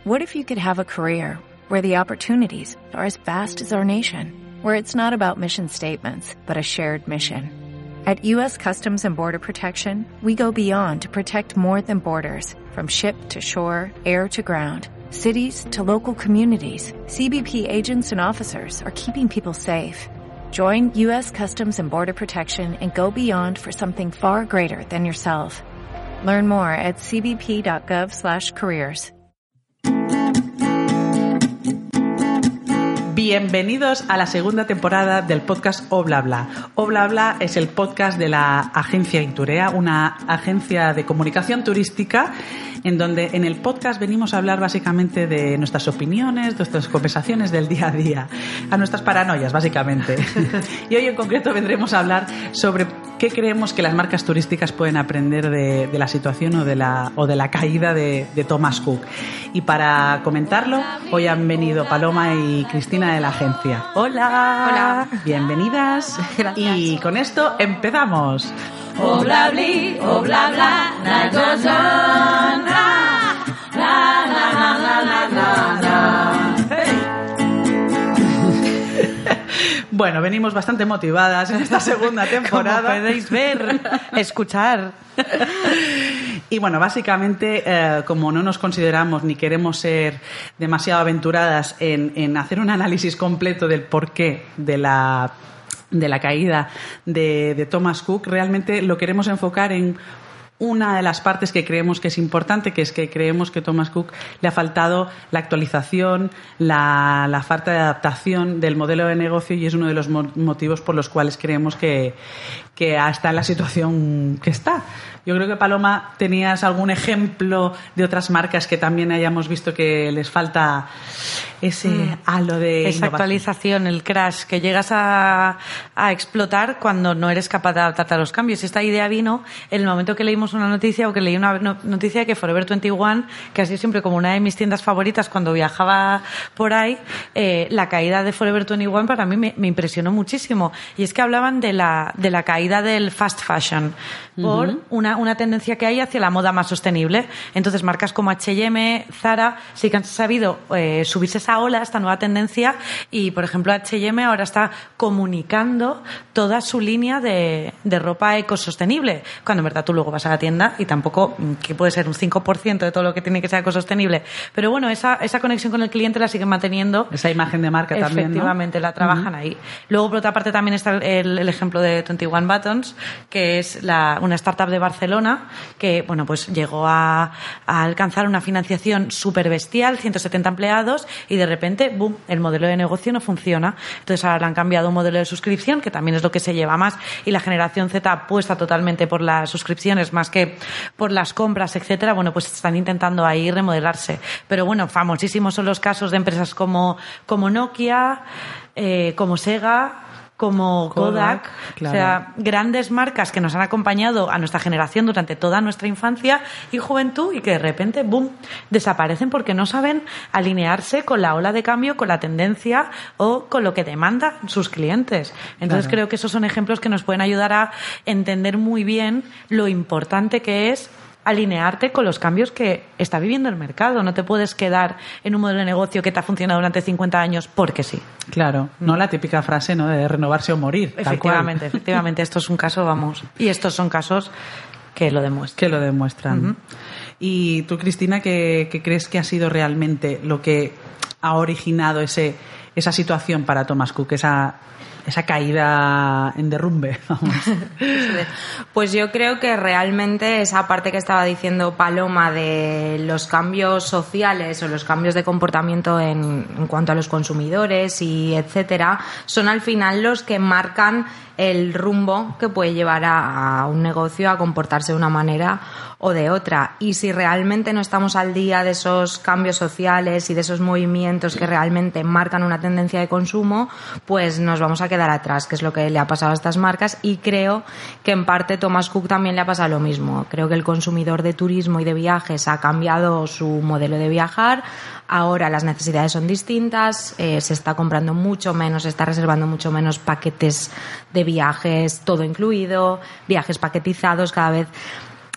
What if you could have a career where the opportunities are as vast as our nation, where it's not about mission statements, but a shared mission? At U.S. Customs and Border Protection, we go beyond to protect more than borders, from ship to shore, air to ground, cities to local communities. CBP agents and officers are keeping people safe. Join U.S. Customs and Border Protection and go beyond for something far greater than yourself. Learn more at cbp.gov/careers. Bienvenidos a la segunda temporada del podcast Oblabla. Oblabla es el podcast de la agencia Inturea, una agencia de comunicación turística en donde en el podcast venimos a hablar básicamente de nuestras opiniones, de nuestras conversaciones del día a día, a nuestras paranoias básicamente. Y hoy en concreto vendremos a hablar sobre qué creemos que las marcas turísticas pueden aprender de la situación o de la caída de Thomas Cook. Y para comentarlo, hoy han venido Paloma y Cristina de la agencia. ¡Hola! Hola. Bienvenidas. Gracias. Y con esto empezamos. Oblabli, oblabla, la la la la. Bueno, venimos bastante motivadas en esta segunda temporada. Como podéis ver, escuchar. Y bueno, básicamente, como no nos consideramos ni queremos ser demasiado aventuradas en hacer un análisis completo del porqué de la caída de Thomas Cook, realmente lo queremos enfocar en una de las partes que creemos que es importante, que es que creemos que Thomas Cook le ha faltado la actualización, la falta de adaptación del modelo de negocio, y es uno de los motivos por los cuales creemos que está en la situación que está. Yo creo que, Paloma, tenías algún ejemplo de otras marcas que también hayamos visto que les falta ese halo de esa innovación. actualización, el crash, que llegas a explotar cuando no eres capaz de adaptarte a los cambios. Esta idea vino en el momento que leímos una noticia, o que leí una noticia de que Forever 21, que ha sido siempre como una de mis tiendas favoritas cuando viajaba por ahí, la caída de Forever 21 para mí me impresionó muchísimo. Y es que hablaban de la caída del fast fashion por una tendencia que hay hacia la moda más sostenible. Entonces, marcas como H&M, Zara, sí que han sabido subirse esa ola, esta nueva tendencia, y, por ejemplo, H&M ahora está comunicando toda su línea de ropa ecosostenible, cuando en verdad tú luego vas a la tienda y tampoco, que puede ser un 5% de todo lo que tiene que ser ecosostenible. Pero bueno, esa conexión con el cliente la siguen manteniendo. Esa imagen de marca también, ¿no? Efectivamente, la trabajan ahí. Luego, por otra parte, también está el ejemplo de 21 Buttons, que es una startup de Barcelona que, bueno, pues llegó a alcanzar una financiación súper bestial, 170 empleados, y de repente, boom, el modelo de negocio no funciona. Entonces ahora le han cambiado un modelo de suscripción, que también es lo que se lleva más, y la generación Z apuesta totalmente por las suscripciones más que por las compras, etcétera. Bueno, pues están intentando ahí remodelarse. Pero bueno, famosísimos son los casos de empresas como Nokia, como Sega, como Kodak, claro. O sea, grandes marcas que nos han acompañado a nuestra generación durante toda nuestra infancia y juventud, y que de repente, boom, desaparecen porque no saben alinearse con la ola de cambio, con la tendencia o con lo que demandan sus clientes. Entonces, claro, creo que esos son ejemplos que nos pueden ayudar a entender muy bien lo importante que es alinearte con los cambios que está viviendo el mercado. No te puedes quedar en un modelo de negocio que te ha funcionado durante 50 años porque sí. Claro, no la típica frase, ¿no?, de renovarse o morir. Efectivamente, efectivamente. Esto es un caso, vamos. Y estos son casos que lo demuestran. Que lo demuestran. Y tú, Cristina, ¿qué crees que ha sido realmente lo que ha originado esa situación para Thomas Cook, esa caída en derrumbe, vamos? Pues yo creo que realmente esa parte que estaba diciendo Paloma de los cambios sociales o los cambios de comportamiento en cuanto a los consumidores y etcétera, son al final los que marcan el rumbo que puede llevar a un negocio a comportarse de una manera o de otra. Y si realmente no estamos al día de esos cambios sociales y de esos movimientos que realmente marcan una tendencia de consumo, pues nos vamos a quedar atrás, que es lo que le ha pasado a estas marcas, y creo que en parte Thomas Cook también le ha pasado lo mismo. Creo que el consumidor de turismo y de viajes ha cambiado su modelo de viajar. Ahora las necesidades son distintas, se está comprando mucho menos, se está reservando mucho menos paquetes de viajes, todo incluido, viajes paquetizados. Cada vez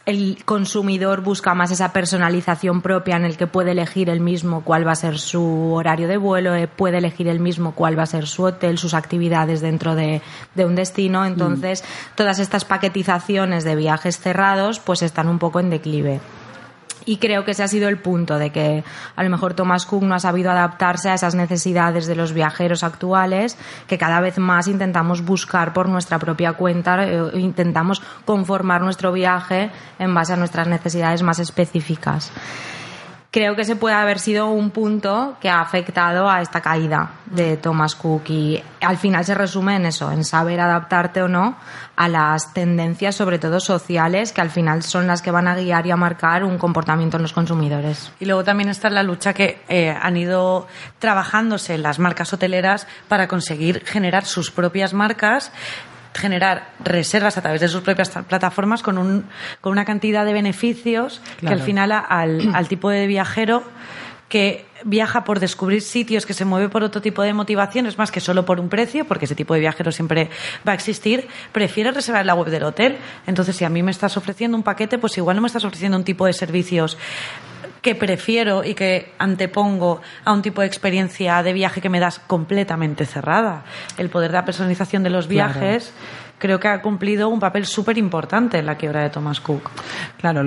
el consumidor busca más esa personalización propia en el que puede elegir él mismo cuál va a ser su horario de vuelo, puede elegir él mismo cuál va a ser su hotel, sus actividades dentro de un destino. Entonces, todas estas paquetizaciones de viajes cerrados pues están un poco en declive. Y creo que ese ha sido el punto de que a lo mejor Thomas Cook no ha sabido adaptarse a esas necesidades de los viajeros actuales, que cada vez más intentamos buscar por nuestra propia cuenta, intentamos conformar nuestro viaje en base a nuestras necesidades más específicas. Creo que ese puede haber sido un punto que ha afectado a esta caída de Thomas Cook, y al final se resume en eso, en saber adaptarte o no a las tendencias, sobre todo sociales, que al final son las que van a guiar y a marcar un comportamiento en los consumidores. Y luego también está la lucha que han ido trabajándose las marcas hoteleras para conseguir generar sus propias marcas, generar reservas a través de sus propias plataformas con una cantidad de beneficios. Claro. Que al final al tipo de viajero que viaja por descubrir sitios, que se mueve por otro tipo de motivaciones más que solo por un precio, porque ese tipo de viajero siempre va a existir, prefiere reservar en la web del hotel. Entonces, si a mí me estás ofreciendo un paquete, pues igual no me estás ofreciendo un tipo de servicios que prefiero y que antepongo a un tipo de experiencia de viaje que me das completamente cerrada. El poder de la personalización de los viajes, claro, creo que ha cumplido un papel súper importante en la quiebra de Thomas Cook. Claro,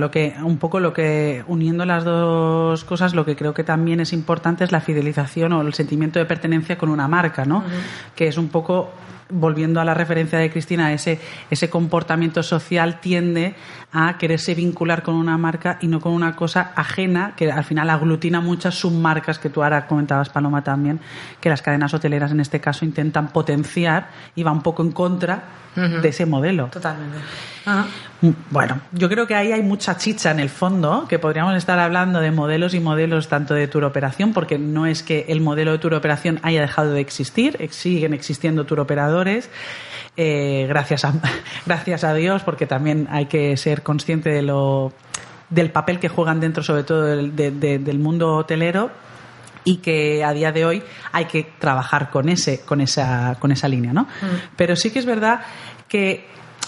uniendo las dos cosas, lo que creo que también es importante es la fidelización o el sentimiento de pertenencia con una marca, ¿no? Que es un poco, volviendo a la referencia de Cristina, ese comportamiento social tiende a quererse vincular con una marca y no con una cosa ajena, que al final aglutina muchas submarcas, que tú ahora comentabas, Paloma, también, que las cadenas hoteleras en este caso intentan potenciar y va un poco en contra de ese modelo. Totalmente. Bueno, yo creo que ahí hay mucha chicha en el fondo, que podríamos estar hablando de modelos y modelos tanto de turoperación, porque no es que el modelo de turoperación haya dejado de existir, siguen existiendo turoperadores, gracias a Dios, porque también hay que ser consciente del papel que juegan dentro, sobre todo del mundo hotelero, y que a día de hoy hay que trabajar con esa línea, ¿no? Pero sí que es verdad que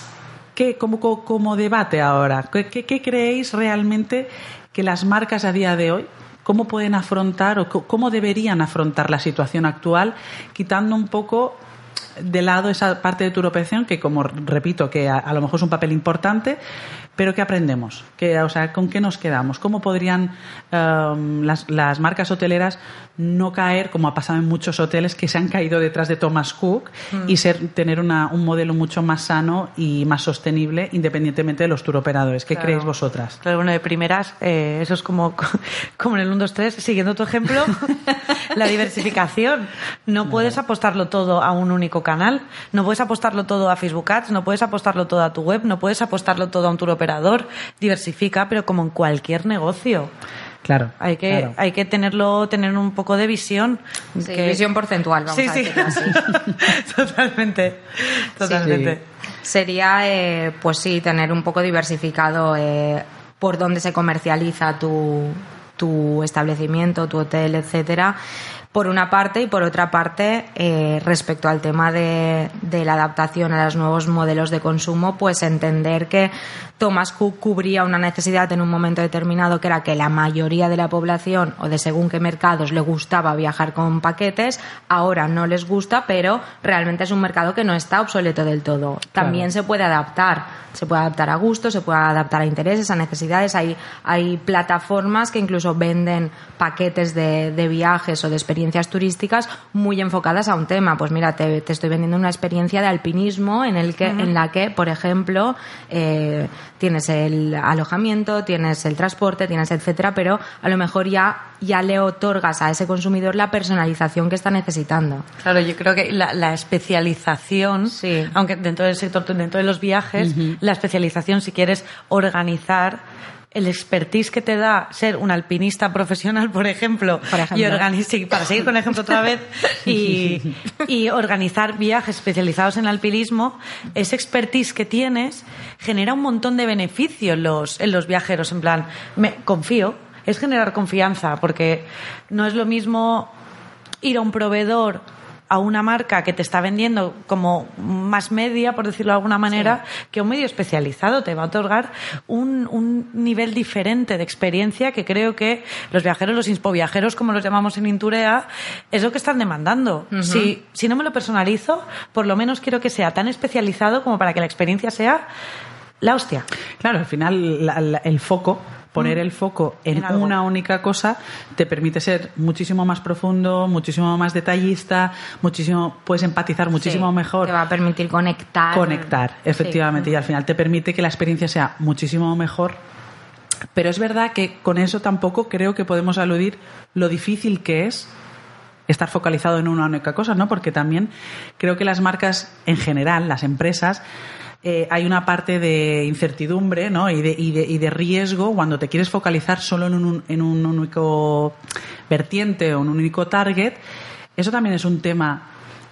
como debate ahora, ¿qué creéis realmente que las marcas a día de hoy, cómo pueden afrontar o cómo deberían afrontar la situación actual, quitando un poco de lado esa parte de turoperación que, como repito, que a lo mejor es un papel importante, pero ¿qué aprendemos? ¿Con qué nos quedamos? ¿Cómo podrían las marcas hoteleras no caer, como ha pasado en muchos hoteles que se han caído detrás de Thomas Cook, y tener un modelo mucho más sano y más sostenible, independientemente de los turoperadores? ¿Qué creéis vosotras? Claro, bueno, de primeras, eso es como en el 1, 2, 3, siguiendo tu ejemplo, la diversificación. No puedes apostarlo todo a un único canal, no puedes apostarlo todo a Facebook Ads, no puedes apostarlo todo a tu web, no puedes apostarlo todo a un turoperador. Diversifica, pero como en cualquier negocio. Claro. Hay que tener un poco de visión. Sí, visión porcentual, vamos a decirlo así. Totalmente. Sí. Sería, pues sí, tener un poco diversificado por dónde se comercializa tu establecimiento, tu hotel, etcétera, por una parte, y por otra parte, respecto al tema de la adaptación a los nuevos modelos de consumo, pues entender que Thomas Cook cubría una necesidad en un momento determinado, que era que la mayoría de la población, o de según qué mercados, le gustaba viajar con paquetes. Ahora no les gusta, pero realmente es un mercado que no está obsoleto del todo. También se puede adaptar a gustos, se puede adaptar a intereses, a necesidades. Hay plataformas que incluso venden paquetes de viajes o de experiencias turísticas muy enfocadas a un tema. Pues mira, te estoy vendiendo una experiencia de alpinismo en la que, por ejemplo, tienes el alojamiento, tienes el transporte, tienes etcétera, pero a lo mejor ya le otorgas a ese consumidor la personalización que está necesitando. Claro, yo creo que la especialización, sí, aunque dentro del sector, dentro de los viajes, la especialización, si quieres organizar el expertise que te da ser un alpinista profesional, por ejemplo. Y para seguir con el ejemplo otra vez, y organizar viajes especializados en alpinismo, ese expertise que tienes genera un montón de beneficios en los viajeros. En plan, confío, es generar confianza, porque no es lo mismo ir a un proveedor a una marca que te está vendiendo como más media, por decirlo de alguna manera, que un medio especializado te va a otorgar un nivel diferente de experiencia que creo que los viajeros, los inspoviajeros, como los llamamos en Inturea, es lo que están demandando. Si no me lo personalizo, por lo menos quiero que sea tan especializado como para que la experiencia sea la hostia. Claro, al final el foco, poner el foco en una única cosa te permite ser muchísimo más profundo, muchísimo más detallista, puedes empatizar muchísimo mejor. Te va a permitir conectar. Conectar, efectivamente, y al final te permite que la experiencia sea muchísimo mejor. Pero es verdad que con eso tampoco creo que podemos aludir lo difícil que es estar focalizado en una única cosa, ¿no? Porque también creo que las marcas en general, las empresas, hay una parte de incertidumbre, ¿no? y de riesgo cuando te quieres focalizar solo en un único vertiente o en un único target. Eso también es un tema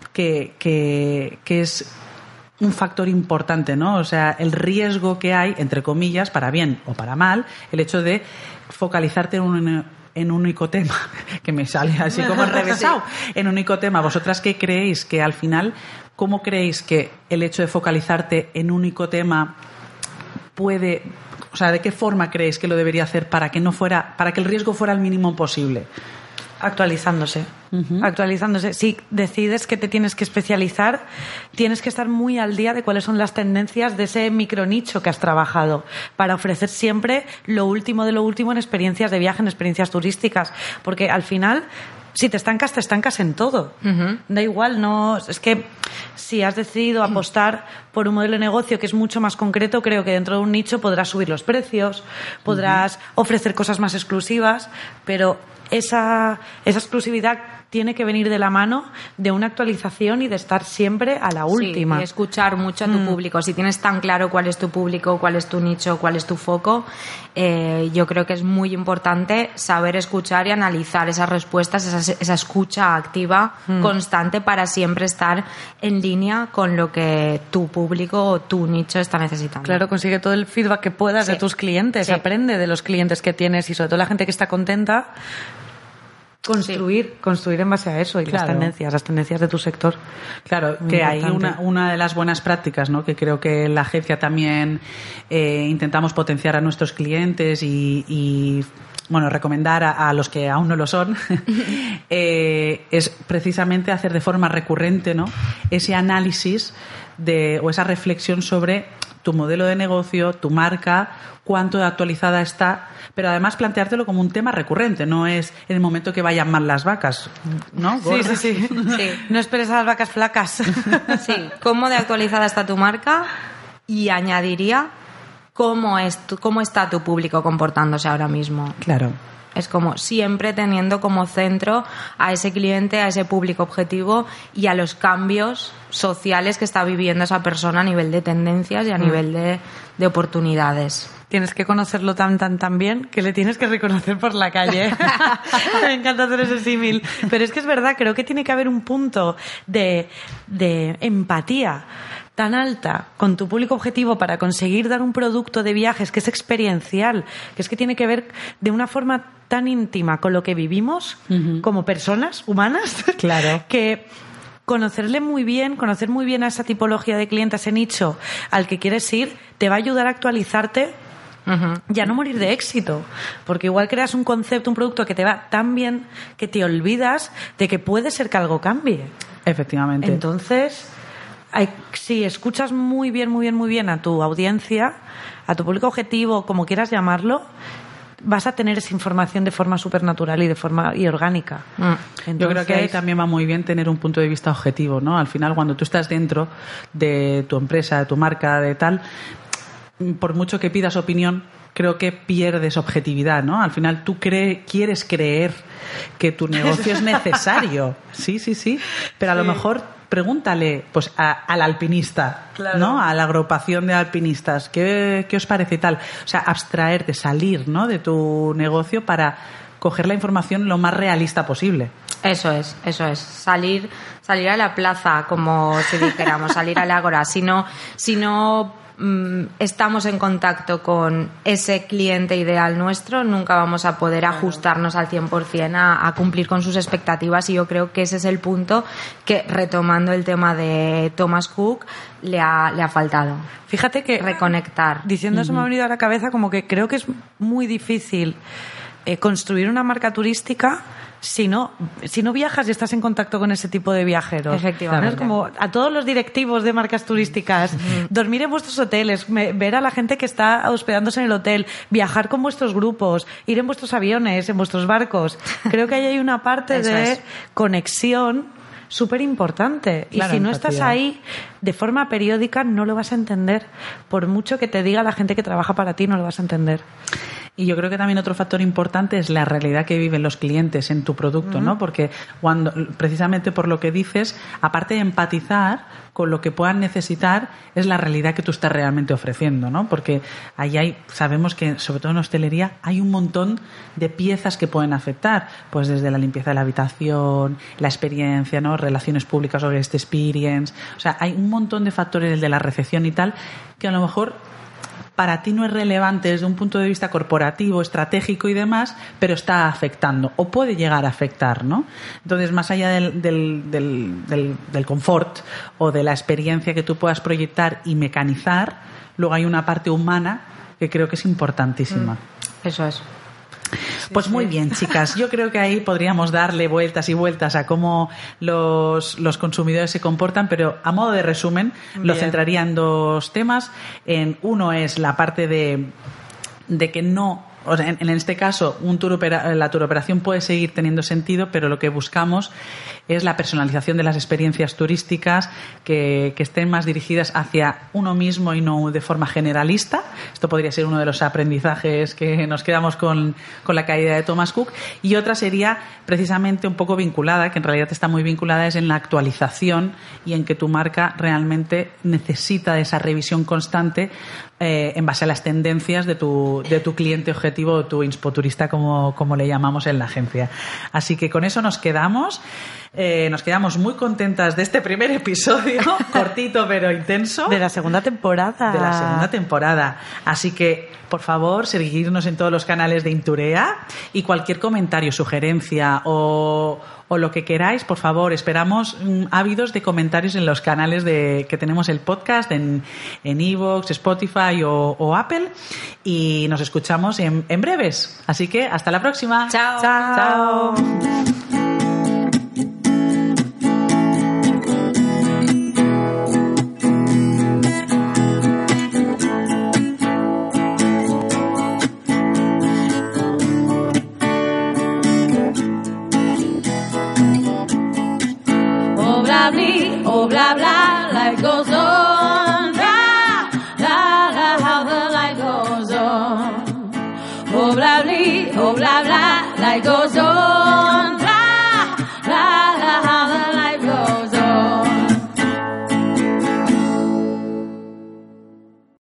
que es un factor importante, ¿no? O sea, el riesgo que hay, entre comillas, para bien o para mal, el hecho de focalizarte en un único tema, que me sale así como enrevesado, en un único tema. ¿Vosotras qué creéis? Que al final, ¿cómo creéis que el hecho de focalizarte en un único tema puede, o sea, de qué forma creéis que lo debería hacer para que el riesgo fuera el mínimo posible? Actualizándose. Actualizándose. Si decides que te tienes que especializar, tienes que estar muy al día de cuáles son las tendencias de ese micronicho que has trabajado para ofrecer siempre lo último de lo último en experiencias de viaje, en experiencias turísticas. Porque al final, si te estancas en todo. Da igual, no. Es que si has decidido apostar por un modelo de negocio que es mucho más concreto, creo que dentro de un nicho podrás subir los precios, podrás ofrecer cosas más exclusivas, pero esa exclusividad tiene que venir de la mano de una actualización y de estar siempre a la última. Sí, y escuchar mucho a tu público. Si tienes tan claro cuál es tu público, cuál es tu nicho, cuál es tu foco, yo creo que es muy importante saber escuchar y analizar esas respuestas, esa escucha activa constante para siempre estar en línea con lo que tu público o tu nicho está necesitando. Claro, consigue todo el feedback que puedas de tus clientes, aprende de los clientes que tienes y sobre todo la gente que está contenta. Construir en base a eso y las tendencias de tu sector. Claro, que hay una de las buenas prácticas, ¿no? Que creo que en la agencia también intentamos potenciar a nuestros clientes y bueno, recomendar a los que aún no lo son, es precisamente hacer de forma recurrente, ¿no? Ese análisis o esa reflexión sobre tu modelo de negocio, tu marca, cuánto actualizada está, pero además planteártelo como un tema recurrente, no es en el momento que vayan mal las vacas, ¿no? Sí. No esperes a las vacas flacas. Sí, cómo de actualizada está tu marca y añadiría cómo está tu público comportándose ahora mismo. Claro. Es como siempre teniendo como centro a ese cliente, a ese público objetivo y a los cambios sociales que está viviendo esa persona a nivel de tendencias y a nivel de oportunidades. Tienes que conocerlo tan bien que le tienes que reconocer por la calle. Me encanta hacer ese símil. Pero es que es verdad, creo que tiene que haber un punto de empatía tan alta con tu público objetivo para conseguir dar un producto de viajes que es experiencial, que es que tiene que ver de una forma tan íntima con lo que vivimos como personas humanas, claro, que conocer muy bien a esa tipología de cliente, a ese nicho al que quieres ir, te va a ayudar a actualizarte y a no morir de éxito, porque igual creas un concepto, un producto que te va tan bien que te olvidas de que puede ser que algo cambie. Efectivamente. Entonces, si escuchas muy bien a tu audiencia, a tu público objetivo, como quieras llamarlo, vas a tener esa información de forma supernatural y orgánica. Entonces, yo creo que ahí también va muy bien tener un punto de vista objetivo, ¿no? Al final, cuando tú estás dentro de tu empresa, de tu marca, de tal, por mucho que pidas opinión, creo que pierdes objetividad, ¿no? Al final tú quieres creer que tu negocio es necesario. Sí. Pero a lo mejor pregúntale pues al alpinista, claro, ¿no? A la agrupación de alpinistas, ¿qué os parece tal? O sea, abstraerte, salir, ¿no? De tu negocio para coger la información lo más realista posible. Eso es. Salir a la plaza, como si dijéramos, salir al ágora. Si no estamos en contacto con ese cliente ideal nuestro, nunca vamos a poder ajustarnos al 100% a cumplir con sus expectativas, y yo creo que ese es el punto que, retomando el tema de Thomas Cook, le ha faltado. Fíjate que reconectar. Diciendo eso me ha venido a la cabeza como que creo que es muy difícil construir una marca turística si no viajas y estás en contacto con ese tipo de viajeros. Efectivamente. ¿No? Es como a todos los directivos de marcas turísticas, dormir en vuestros hoteles, ver a la gente que está hospedándose en el hotel, viajar con vuestros grupos, ir en vuestros aviones, en vuestros barcos. Creo que ahí hay una parte de conexión súper importante. Claro, y si no empatía. estás ahí de forma periódica, no lo vas a entender. Por mucho que te diga la gente que trabaja para ti, no lo vas a entender. Y yo creo que también otro factor importante es la realidad que viven los clientes en tu producto, ¿no? Porque precisamente por lo que dices, aparte de empatizar con lo que puedan necesitar, es la realidad que tú estás realmente ofreciendo, ¿no? Porque ahí sabemos que, sobre todo en hostelería, hay un montón de piezas que pueden afectar, pues desde la limpieza de la habitación, la experiencia, ¿no? Relaciones públicas sobre este experience. O sea, hay un montón de factores, el de la recepción y tal, que a lo mejor para ti no es relevante desde un punto de vista corporativo, estratégico y demás, pero está afectando o puede llegar a afectar, ¿no? Entonces, más allá del confort o de la experiencia que tú puedas proyectar y mecanizar, luego hay una parte humana que creo que es importantísima. Eso es. Pues muy bien, chicas. Yo creo que ahí podríamos darle vueltas y vueltas a cómo los consumidores se comportan, pero a modo de resumen lo centraría en dos temas. Uno es la parte de que no... O sea, en este caso, la turoperación puede seguir teniendo sentido, pero lo que buscamos es la personalización de las experiencias turísticas que estén más dirigidas hacia uno mismo y no de forma generalista. Esto podría ser uno de los aprendizajes que nos quedamos con la caída de Thomas Cook. Y otra sería precisamente un poco vinculada, que en realidad está muy vinculada, es en la actualización y en que tu marca realmente necesita de esa revisión constante en base a las tendencias de tu cliente objetivo o tu inspoturista, como le llamamos en la agencia. Así que con eso nos quedamos. Nos quedamos muy contentas de este primer episodio, cortito pero intenso. De la segunda temporada. Así que, por favor, seguirnos en todos los canales de Inturea y cualquier comentario, sugerencia o lo que queráis, por favor, esperamos ávidos de comentarios en los canales que tenemos el podcast, en iVoox, Spotify o Apple, y nos escuchamos en breves. Así que hasta la próxima. Chao. Chao. Oh blah blah, life goes on.